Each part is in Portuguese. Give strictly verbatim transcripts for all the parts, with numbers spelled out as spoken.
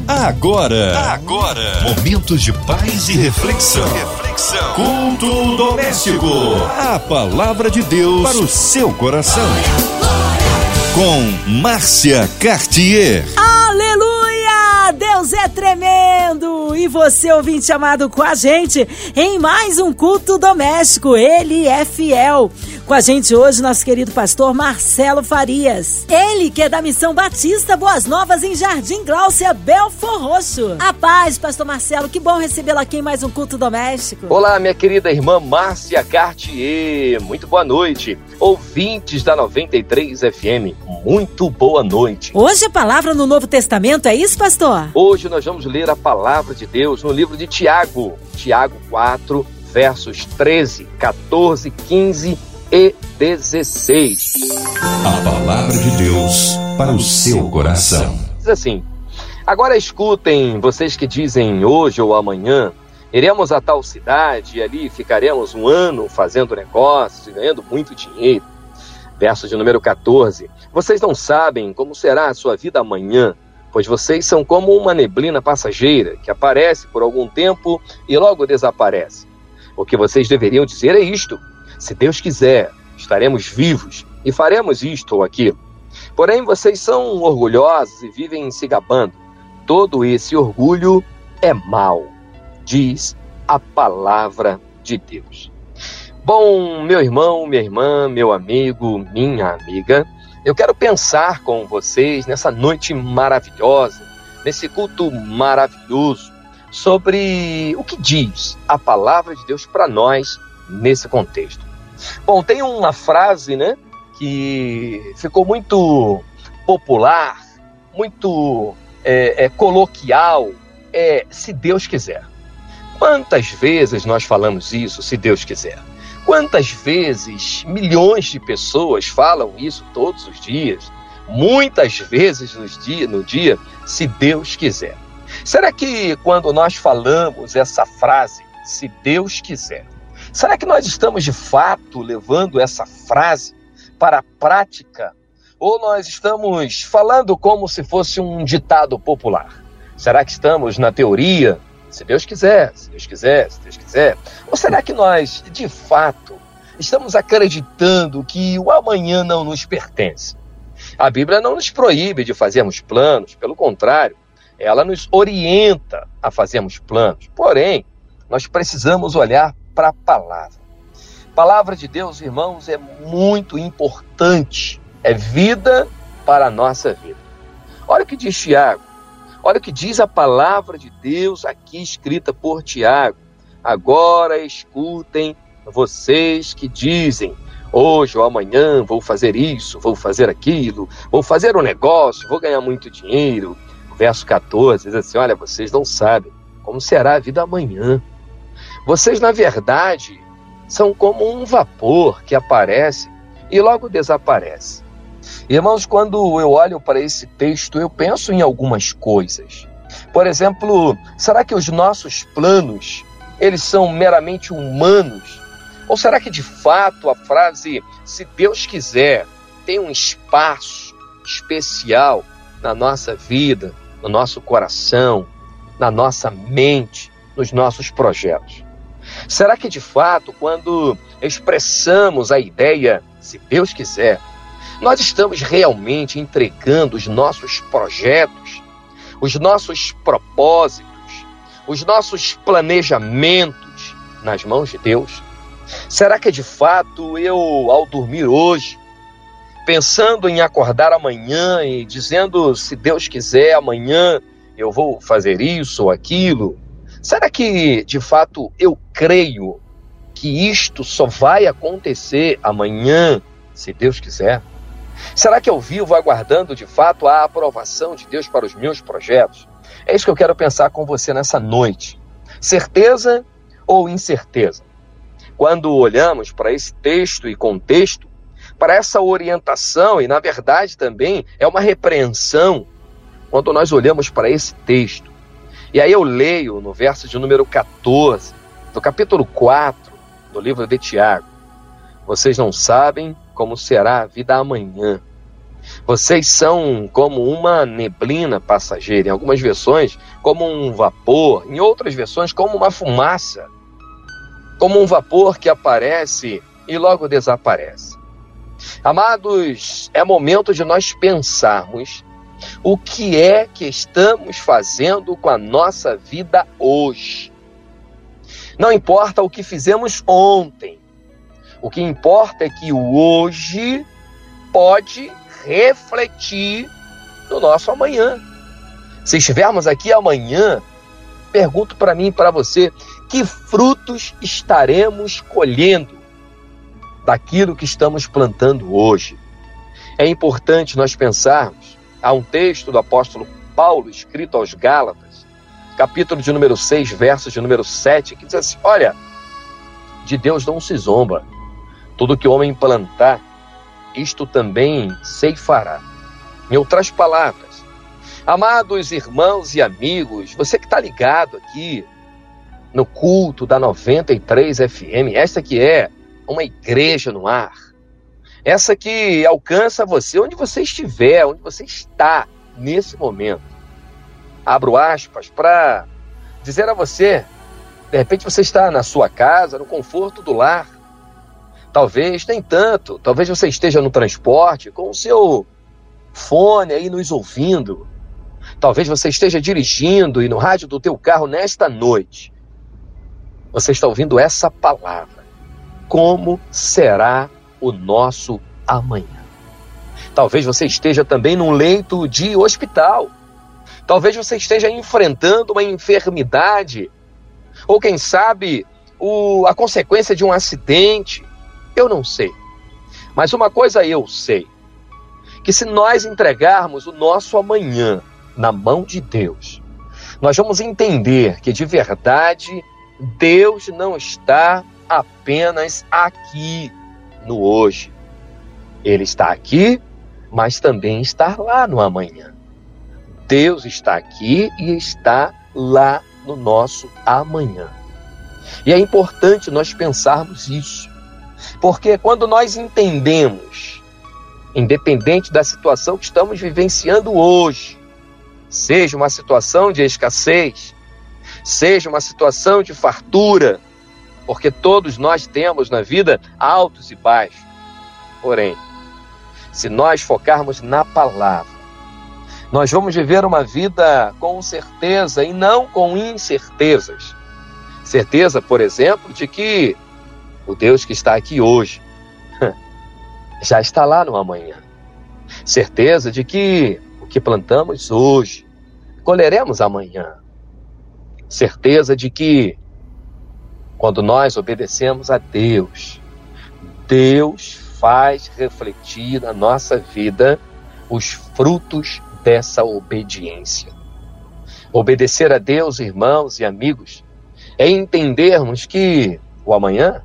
Agora, agora, momentos de paz e reflexão. Reflexão. Culto doméstico. A palavra de Deus para o seu coração. Com Márcia Cartier. Aleluia! Deus é tremendo! E você, ouvinte amado, com a gente em mais um culto doméstico. Ele é fiel. Com a gente hoje, nosso querido pastor Marcelo Farias. Ele que é da Missão Batista Boas Novas em Jardim Gláucia, Belfor Roxo. A paz, pastor Marcelo, que bom recebê-lo aqui em mais um culto doméstico. Olá, minha querida irmã Márcia Cartier. Muito boa noite. Ouvintes da noventa e três F M, muito boa noite. Hoje a palavra no Novo Testamento, é isso, pastor? Hoje nós vamos ler a palavra de Deus no livro de Tiago. Tiago quatro, versos treze, quatorze, quinze e dezesseis. A palavra de Deus para o seu coração. Diz assim: agora escutem, vocês que dizem hoje ou amanhã, iremos a tal cidade e ali ficaremos um ano fazendo negócios e ganhando muito dinheiro. Verso de número quatorze. Vocês não sabem como será a sua vida amanhã, pois vocês são como uma neblina passageira que aparece por algum tempo e logo desaparece. O que vocês deveriam dizer é isto: se Deus quiser, estaremos vivos e faremos isto ou aquilo. Porém, vocês são orgulhosos e vivem se gabando. Todo esse orgulho é mau, diz a palavra de Deus. Bom, meu irmão, minha irmã, meu amigo, minha amiga, eu quero pensar com vocês nessa noite maravilhosa, nesse culto maravilhoso, sobre o que diz a palavra de Deus para nós nesse contexto. Bom, tem uma frase, né, que ficou muito popular, muito é, é, coloquial, é se Deus quiser. Quantas vezes nós falamos isso, se Deus quiser? Quantas vezes milhões de pessoas falam isso todos os dias? Muitas vezes nos dia, no dia, se Deus quiser. Será que quando nós falamos essa frase, se Deus quiser, será que nós estamos de fato levando essa frase para a prática? Ou nós estamos falando como se fosse um ditado popular? Será que estamos na teoria? Se Deus quiser, se Deus quiser, se Deus quiser. Ou será que nós, de fato, estamos acreditando que o amanhã não nos pertence? A Bíblia não nos proíbe de fazermos planos, pelo contrário, ela nos orienta a fazermos planos. Porém, nós precisamos olhar para a palavra. A palavra de Deus, irmãos, é muito importante. É vida para a nossa vida. Olha o que diz Tiago. Olha o que diz a palavra de Deus aqui escrita por Tiago. Agora escutem vocês que dizem, hoje ou amanhã vou fazer isso, vou fazer aquilo, vou fazer um negócio, vou ganhar muito dinheiro. Verso quatorze diz assim: olha, vocês não sabem como será a vida amanhã. Vocês, na verdade, são como um vapor que aparece e logo desaparece. Irmãos, quando eu olho para esse texto, eu penso em algumas coisas. Por exemplo, será que os nossos planos, eles são meramente humanos? Ou será que, de fato, a frase, se Deus quiser, tem um espaço especial na nossa vida, no nosso coração, na nossa mente, nos nossos projetos? Será que, de fato, quando expressamos a ideia, se Deus quiser, nós estamos realmente entregando os nossos projetos, os nossos propósitos, os nossos planejamentos nas mãos de Deus? Será que, de fato, eu, ao dormir hoje, pensando em acordar amanhã e dizendo, se Deus quiser, amanhã eu vou fazer isso ou aquilo, será que, de fato, eu creio que isto só vai acontecer amanhã, se Deus quiser? Será que eu vivo aguardando, de fato, a aprovação de Deus para os meus projetos? É isso que eu quero pensar com você nessa noite. Certeza ou incerteza? Quando olhamos para esse texto e contexto, para essa orientação, e na verdade também é uma repreensão, quando nós olhamos para esse texto. E aí eu leio no verso de número quatorze, do capítulo quatro, do livro de Tiago: vocês não sabem como será a vida amanhã. Vocês são como uma neblina passageira, em algumas versões como um vapor, em outras versões como uma fumaça, como um vapor que aparece e logo desaparece. Amados, é momento de nós pensarmos o que é que estamos fazendo com a nossa vida hoje. Não importa o que fizemos ontem, o que importa é que o hoje pode refletir no nosso amanhã. Se estivermos aqui amanhã, pergunto para mim e para você, que frutos estaremos colhendo daquilo que estamos plantando hoje? É importante nós pensarmos, há um texto do apóstolo Paulo, escrito aos Gálatas, capítulo de número seis, versos de número sete, que diz assim, olha, de Deus não se zomba, tudo que o homem plantar, isto também ceifará. Em outras palavras, amados irmãos e amigos, você que está ligado aqui no culto da noventa e três F M, esta que é uma igreja no ar, essa que alcança você onde você estiver, onde você está nesse momento. Abro aspas para dizer a você, de repente você está na sua casa, no conforto do lar, talvez nem tanto, talvez você esteja no transporte com o seu fone aí nos ouvindo, talvez você esteja dirigindo e no rádio do teu carro nesta noite, você está ouvindo essa palavra, como será o nosso amanhã? Talvez você esteja também num leito de hospital, talvez você esteja enfrentando uma enfermidade, ou quem sabe o, a consequência de um acidente. Eu não sei, mas uma coisa eu sei, que se nós entregarmos o nosso amanhã na mão de Deus, nós vamos entender que de verdade Deus não está apenas aqui no hoje. Ele está aqui, mas também está lá no amanhã. Deus está aqui e está lá no nosso amanhã. E é importante nós pensarmos isso. Porque quando nós entendemos, independente da situação que estamos vivenciando hoje, seja uma situação de escassez, seja uma situação de fartura, porque todos nós temos na vida altos e baixos. Porém, se nós focarmos na palavra, nós vamos viver uma vida com certeza e não com incertezas. Certeza, por exemplo, de que o Deus que está aqui hoje já está lá no amanhã. Certeza de que o que plantamos hoje colheremos amanhã. Certeza de que quando nós obedecemos a Deus, Deus faz refletir na nossa vida os frutos dessa obediência. Obedecer a Deus, irmãos e amigos, é entendermos que o amanhã,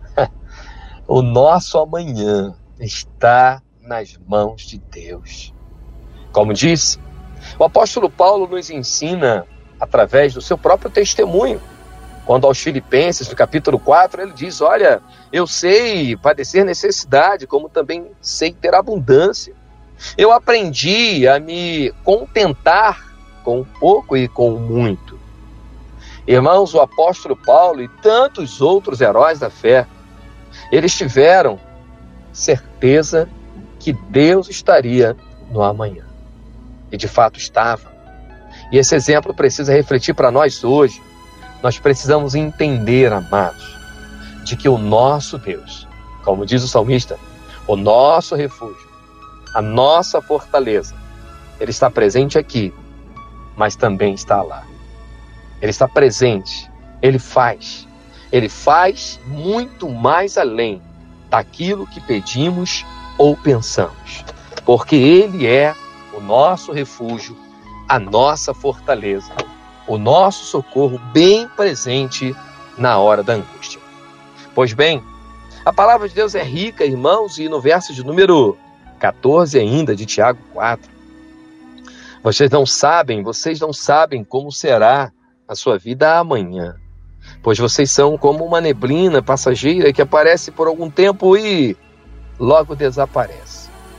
o nosso amanhã está nas mãos de Deus. Como disse, o apóstolo Paulo nos ensina através do seu próprio testemunho. Quando aos Filipenses, no capítulo quatro, ele diz, olha, eu sei padecer necessidade, como também sei ter abundância. Eu aprendi a me contentar com pouco e com muito. Irmãos, o apóstolo Paulo e tantos outros heróis da fé, eles tiveram certeza que Deus estaria no amanhã. E de fato estava. E esse exemplo precisa refletir para nós hoje. Nós precisamos entender, amados, de que o nosso Deus, como diz o salmista, o nosso refúgio, a nossa fortaleza, ele está presente aqui, mas também está lá. Ele está presente, ele faz. Ele faz muito mais além daquilo que pedimos ou pensamos. Porque ele é o nosso refúgio, a nossa fortaleza, o nosso socorro bem presente na hora da angústia. Pois bem, a palavra de Deus é rica, irmãos, e no verso de número catorze ainda, de Tiago quatro, vocês não sabem, vocês não sabem como será a sua vida amanhã, pois vocês são como uma neblina passageira que aparece por algum tempo e logo desaparece.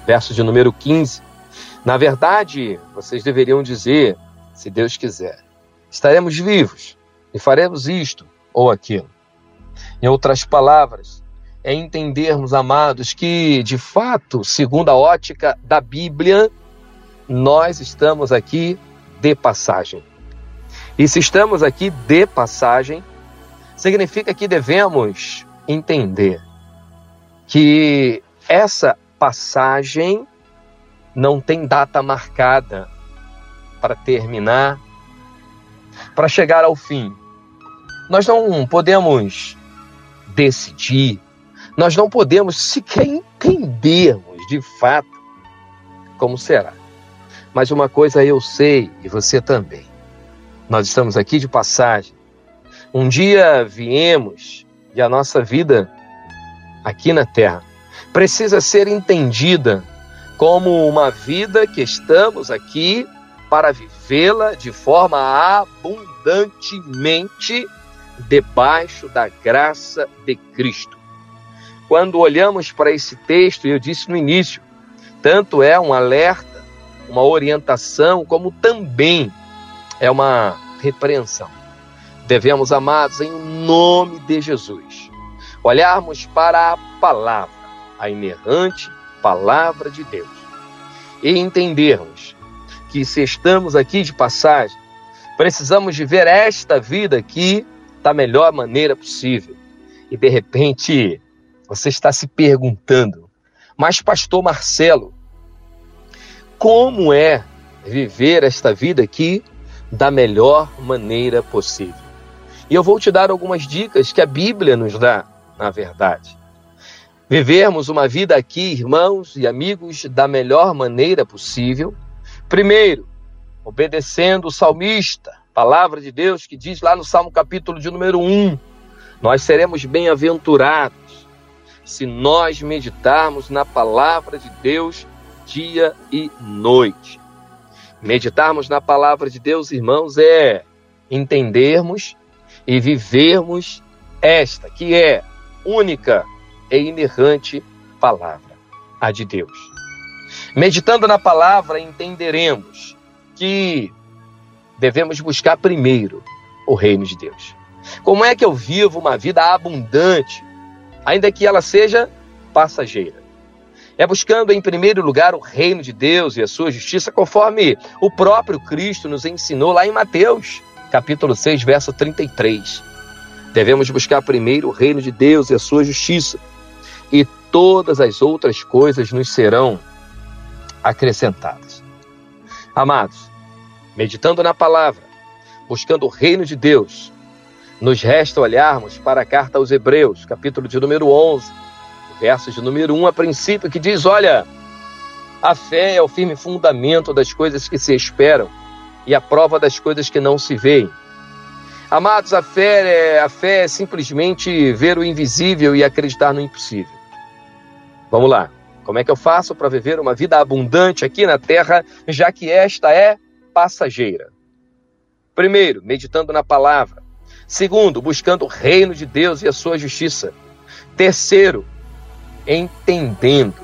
verso de número quinze. Na verdade, vocês deveriam dizer, se Deus quiser, estaremos vivos e faremos isto ou aquilo. Em outras palavras, é entendermos, amados, que, de fato, segundo a ótica da Bíblia, nós estamos aqui de passagem. E se estamos aqui de passagem, significa que devemos entender que essa passagem não tem data marcada para terminar, para chegar ao fim. Nós não podemos decidir, nós não podemos sequer entendermos de fato como será. Mas uma coisa eu sei, e você também. Nós estamos aqui de passagem. Um dia viemos e a nossa vida aqui na Terra precisa ser entendida como uma vida que estamos aqui para vivê-la de forma abundantemente debaixo da graça de Cristo. Quando olhamos para esse texto, eu disse no início, tanto é um alerta, uma orientação, como também é uma repreensão. Devemos, amados, em nome de Jesus, olharmos para a palavra, a inerrante palavra de Deus, e entendermos que se estamos aqui de passagem, precisamos viver esta vida aqui da melhor maneira possível. E de repente, você está se perguntando, mas pastor Marcelo, como é viver esta vida aqui da melhor maneira possível? E eu vou te dar algumas dicas que a Bíblia nos dá, na verdade. Vivermos uma vida aqui, irmãos e amigos, da melhor maneira possível. Primeiro, obedecendo o salmista, palavra de Deus que diz lá no Salmo capítulo de número um, nós seremos bem-aventurados se nós meditarmos na palavra de Deus dia e noite. Meditarmos na palavra de Deus, irmãos, é entendermos e vivermos esta, que é única e inerrante palavra, a de Deus. Meditando na palavra, entenderemos que devemos buscar primeiro o reino de Deus. Como é que eu vivo uma vida abundante, ainda que ela seja passageira? É buscando em primeiro lugar o reino de Deus e a sua justiça, conforme o próprio Cristo nos ensinou lá em Mateus, capítulo seis, verso trinta e três. Devemos buscar primeiro o reino de Deus e a sua justiça, e todas as outras coisas nos serão acrescentadas. Amados, meditando na palavra, buscando o reino de Deus, nos resta olharmos para a carta aos Hebreus, capítulo de número onze, versos de número um a princípio, que diz, olha, a fé é o firme fundamento das coisas que se esperam e a prova das coisas que não se veem. Amados, a fé é, a fé é simplesmente ver o invisível e acreditar no impossível. Vamos lá, como é que eu faço para viver uma vida abundante aqui na terra, já que esta é passageira? Primeiro, meditando na palavra. Segundo, buscando o reino de Deus e a sua justiça. Terceiro, entendendo,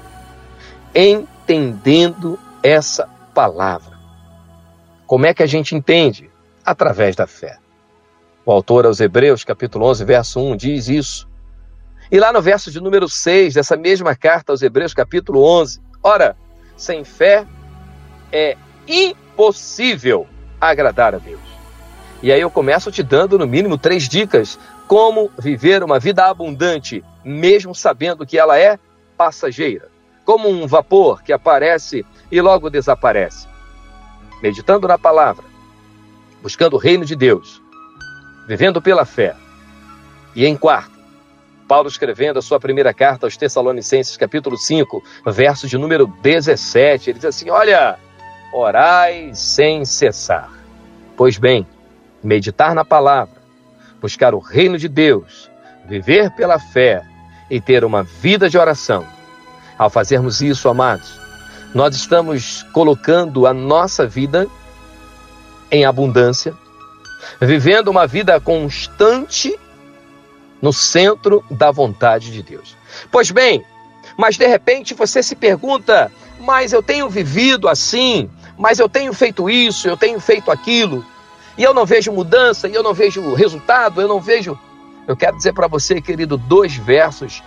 entendendo essa palavra. Como é que a gente entende? Através da fé. O autor aos Hebreus, capítulo onze, verso um, diz isso. E lá no verso de número seis, dessa mesma carta aos Hebreus, capítulo onze, ora, sem fé é impossível agradar a Deus. E aí eu começo te dando no mínimo três dicas como viver uma vida abundante, mesmo sabendo que ela é passageira, como um vapor que aparece e logo desaparece. Meditando na palavra, buscando o reino de Deus, vivendo pela fé. E em quarto, Paulo escrevendo a sua primeira carta aos Tessalonicenses, capítulo cinco, verso de número dezessete, ele diz assim, olha, orai sem cessar. Pois bem, meditar na palavra, buscar o reino de Deus, viver pela fé e ter uma vida de oração. Ao fazermos isso, amados, nós estamos colocando a nossa vida em abundância, vivendo uma vida constante no centro da vontade de Deus. Pois bem, Mas de repente você se pergunta, mas eu tenho vivido assim, mas eu tenho feito isso, eu tenho feito aquilo, e eu não vejo mudança, e eu não vejo resultado, eu não vejo... Eu quero dizer para você, querido, dois versos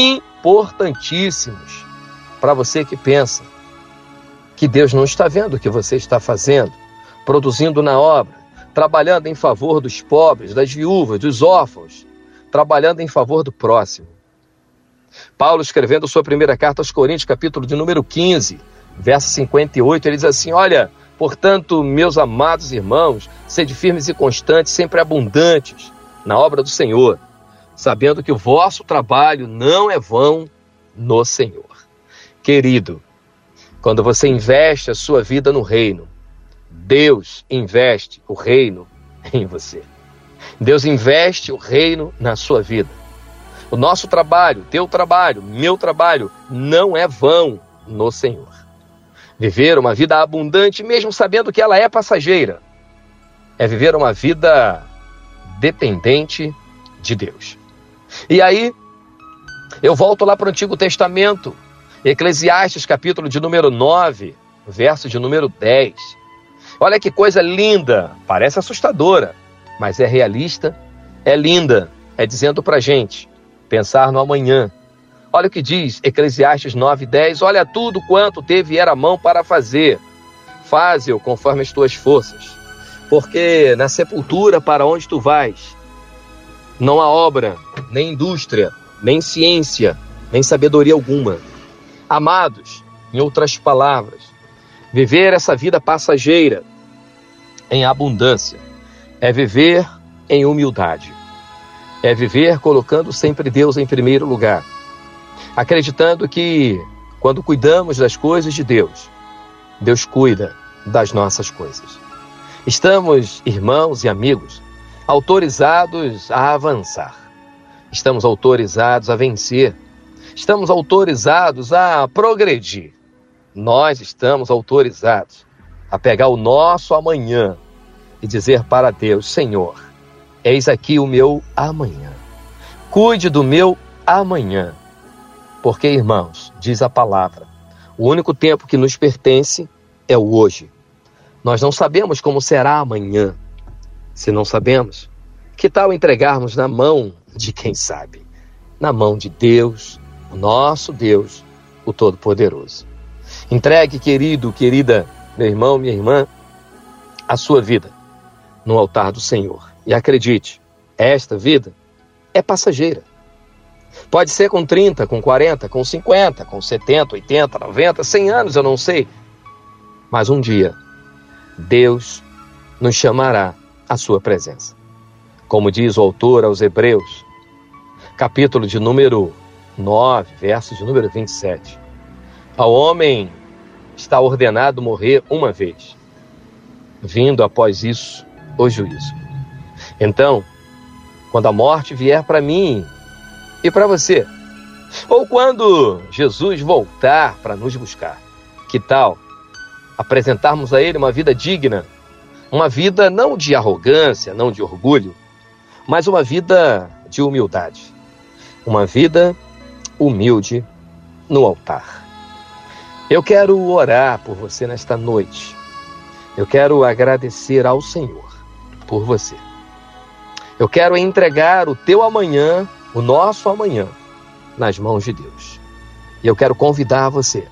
importantíssimos para você que pensa que Deus não está vendo o que você está fazendo, produzindo na obra, trabalhando em favor dos pobres, das viúvas, dos órfãos, trabalhando em favor do próximo. Paulo, escrevendo sua primeira carta aos Coríntios, capítulo de número quinze, verso cinquenta e oito, ele diz assim, olha, portanto, meus amados irmãos, sede firmes e constantes, sempre abundantes na obra do Senhor, sabendo que o vosso trabalho não é vão no Senhor. Querido, quando você investe a sua vida no reino, Deus investe o reino em você. Deus investe o reino na sua vida. O nosso trabalho, teu trabalho, meu trabalho, não é vão no Senhor. Viver uma vida abundante, mesmo sabendo que ela é passageira, é viver uma vida dependente de Deus. E aí, eu volto lá para o Antigo Testamento, Eclesiastes, capítulo de número nove, verso de número dez. Olha que coisa linda, parece assustadora, mas é realista, é linda, é dizendo para a gente pensar no amanhã. Olha o que diz Eclesiastes nove, dez, olha tudo quanto teve era mão para fazer, faze-o conforme as tuas forças, porque na sepultura para onde tu vais, não há obra, nem indústria, nem ciência, nem sabedoria alguma. Amados, em outras palavras, viver essa vida passageira em abundância é viver em humildade, é viver colocando sempre Deus em primeiro lugar, acreditando que quando cuidamos das coisas de Deus, Deus cuida das nossas coisas. Estamos, irmãos e amigos, autorizados a avançar, estamos autorizados a vencer, estamos autorizados a progredir. Nós estamos autorizados a pegar o nosso amanhã e dizer para Deus, Senhor, eis aqui o meu amanhã. Cuide do meu amanhã. Porque, irmãos, diz a palavra, o único tempo que nos pertence é o hoje. Nós não sabemos como será amanhã. Se não sabemos, que tal entregarmos na mão de quem sabe? Na mão de Deus, o nosso Deus, o Todo-Poderoso. Entregue, querido, querida, meu irmão, minha irmã, a sua vida no altar do Senhor. E acredite, esta vida é passageira. Pode ser com trinta, com quarenta, com cinquenta, com setenta, oitenta, noventa, cem anos, eu não sei. Mas um dia, Deus nos chamará à sua presença. Como diz o autor aos Hebreus, capítulo de número nove, verso de número vinte e sete. Ao homem está ordenado morrer uma vez, vindo após isso o juízo. Então, quando a morte vier para mim e para você, ou quando Jesus voltar para nos buscar, que tal apresentarmos a Ele uma vida digna, uma vida não de arrogância, não de orgulho, mas uma vida de humildade, uma vida humilde no altar. Eu quero orar por você nesta noite. Eu quero agradecer ao Senhor por você. Eu quero entregar o teu amanhã, o nosso amanhã, nas mãos de Deus. E eu quero convidar você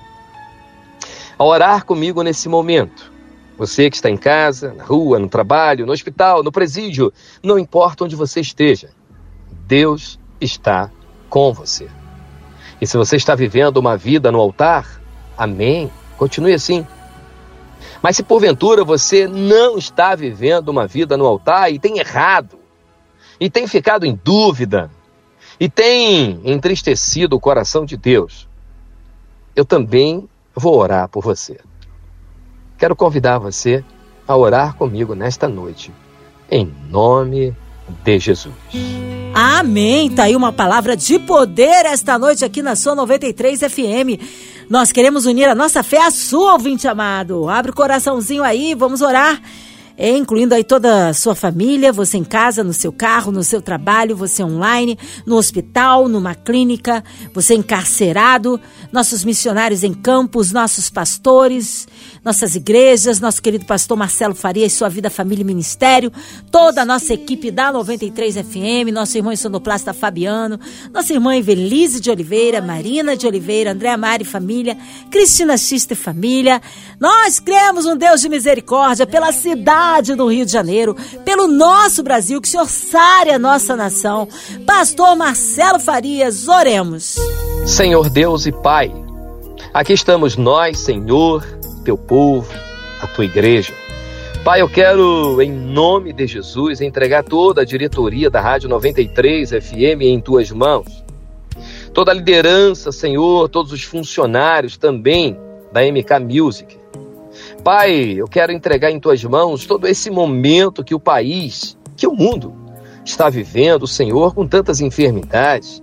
a orar comigo nesse momento. Você que está em casa, na rua, no trabalho, no hospital, no presídio, não importa onde você esteja, Deus está com você. E se você está vivendo uma vida no altar, amém, continue assim. Mas se porventura você não está vivendo uma vida no altar e tem errado, e tem ficado em dúvida, e tem entristecido o coração de Deus, eu também vou orar por você. Quero convidar você a orar comigo nesta noite, em nome de Jesus. Amém, tá aí uma palavra de poder esta noite aqui na sua noventa e três F M. Nós queremos unir a nossa fé à sua, ouvinte amado. Abre o coraçãozinho aí, vamos orar. é, incluindo aí toda a sua família, você em casa, no seu carro, no seu trabalho, você online, no hospital, numa clínica, você encarcerado, nossos missionários em campos, nossos pastores, nossas igrejas, nosso querido pastor Marcelo Farias, sua vida, família e ministério, toda a nossa equipe da noventa e três F M, nosso irmão sonoplasta Fabiano, nossa irmã Evelise de Oliveira, Marina de Oliveira, Andréa Mari família, Cristina Xista e família. Nós cremos um Deus de misericórdia pela cidade do Rio de Janeiro, pelo nosso Brasil, que o Senhor sare a nossa nação. Pastor Marcelo Farias, oremos. Senhor Deus e Pai, aqui estamos nós, Senhor, teu povo, a tua igreja. Pai, eu quero, em nome de Jesus, entregar toda a diretoria da Rádio noventa e três F M em tuas mãos. Toda a liderança, Senhor, todos os funcionários também da M K Music. Pai, eu quero entregar em tuas mãos todo esse momento que o país, que o mundo está vivendo, Senhor, com tantas enfermidades.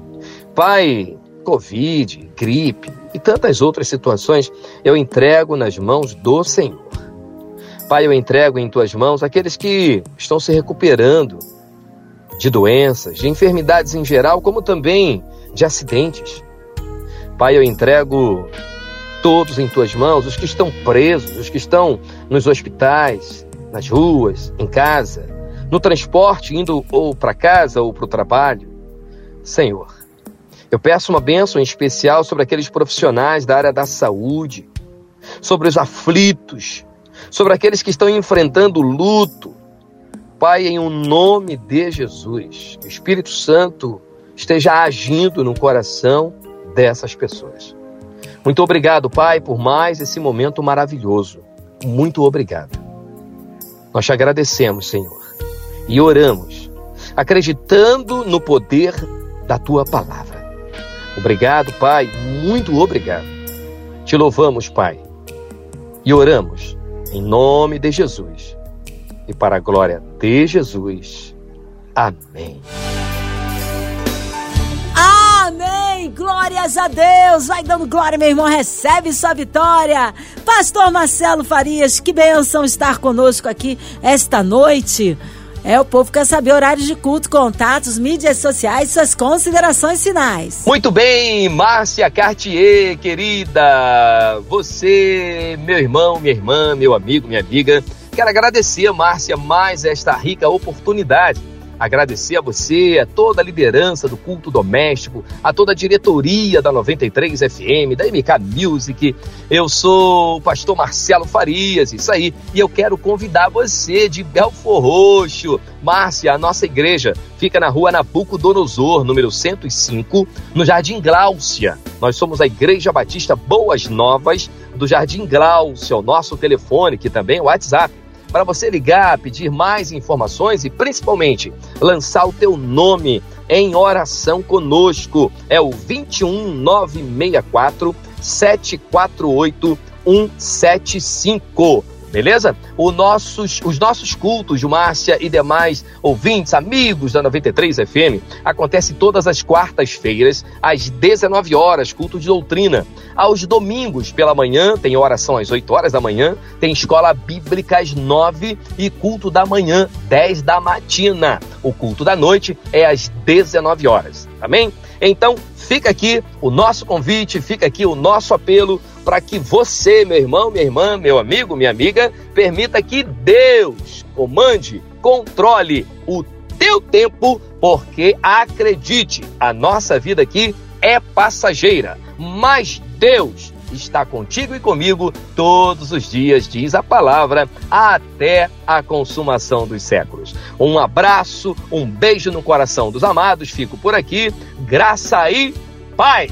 Pai, Covid, gripe e tantas outras situações, eu entrego nas mãos do Senhor. Pai, eu entrego em tuas mãos aqueles que estão se recuperando de doenças, de enfermidades em geral, como também de acidentes. Pai, eu entrego todos em tuas mãos, os que estão presos, os que estão nos hospitais, nas ruas, em casa, no transporte, indo ou para casa ou para o trabalho. Senhor, eu peço uma bênção em especial sobre aqueles profissionais da área da saúde, sobre os aflitos, sobre aqueles que estão enfrentando luto. Pai, em o nome de Jesus, que o Espírito Santo esteja agindo no coração dessas pessoas. Muito obrigado, Pai, por mais esse momento maravilhoso. Muito obrigado. Nós te agradecemos, Senhor, e oramos, acreditando no poder da Tua palavra. Obrigado, Pai, muito obrigado. Te louvamos, Pai, e oramos em nome de Jesus e para a glória de Jesus. Amém. Amém, glórias a Deus, vai dando glória, meu irmão, recebe sua vitória. Pastor Marcelo Farias, que bênção estar conosco aqui esta noite. É, o povo quer saber horários de culto, contatos, mídias sociais, suas considerações finais. Muito bem, Márcia Cartier, querida, você, meu irmão, minha irmã, meu amigo, minha amiga, quero agradecer, Márcia, mais esta rica oportunidade. Agradecer a você, a toda a liderança do culto doméstico, a toda a diretoria da noventa e três F M, da M K Music. Eu sou o pastor Marcelo Farias, isso aí. E eu quero convidar você de Belfor Roxo. Márcia, a nossa igreja fica na rua Nabucodonosor, número cento e cinco, no Jardim Gláucia. Nós somos a Igreja Batista Boas Novas do Jardim Gláucia. O nosso telefone, que também é o WhatsApp, para você ligar, pedir mais informações e principalmente lançar o teu nome em oração conosco. É o vinte e um, nove seis quatro, sete quatro oito, um sete cinco. Beleza? O nossos, os nossos cultos de Márcia e demais ouvintes, amigos da noventa e três F M, acontece todas as quartas-feiras, às dezenove horas, culto de doutrina. Aos domingos, pela manhã, tem oração às oito horas da manhã, tem escola bíblica às nove e culto da manhã, dez da matina. O culto da noite é às dezenove horas. Amém? Então, fica aqui o nosso convite, fica aqui o nosso apelo para que você, meu irmão, minha irmã, meu amigo, minha amiga, permita que Deus comande, controle o teu tempo, porque acredite, a nossa vida aqui é passageira, mas Deus está contigo e comigo todos os dias, diz a palavra, até a consumação dos séculos. Um abraço, um beijo no coração dos amados, fico por aqui, graça e paz.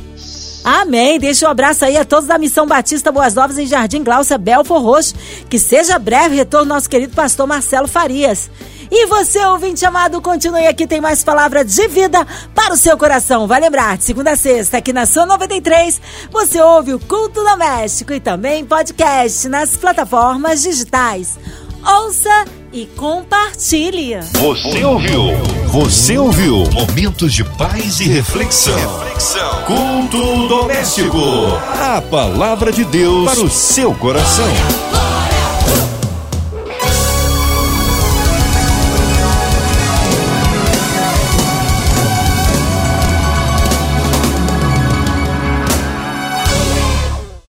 Amém. Deixa um abraço aí a todos da Missão Batista Boas Novas em Jardim Gláucia, Belfor Roxo. Que seja breve retorno nosso querido pastor Marcelo Farias. E você, ouvinte amado, continue aqui, tem mais palavra de vida para o seu coração. Vai lembrar, de segunda a sexta, aqui na sua noventa e três, você ouve o Culto Doméstico e também podcast nas plataformas digitais. Ouça e compartilhe. Você ouviu? Você ouviu? Momentos de paz e reflexão. Reflexão. Culto doméstico. A palavra de Deus para o seu coração.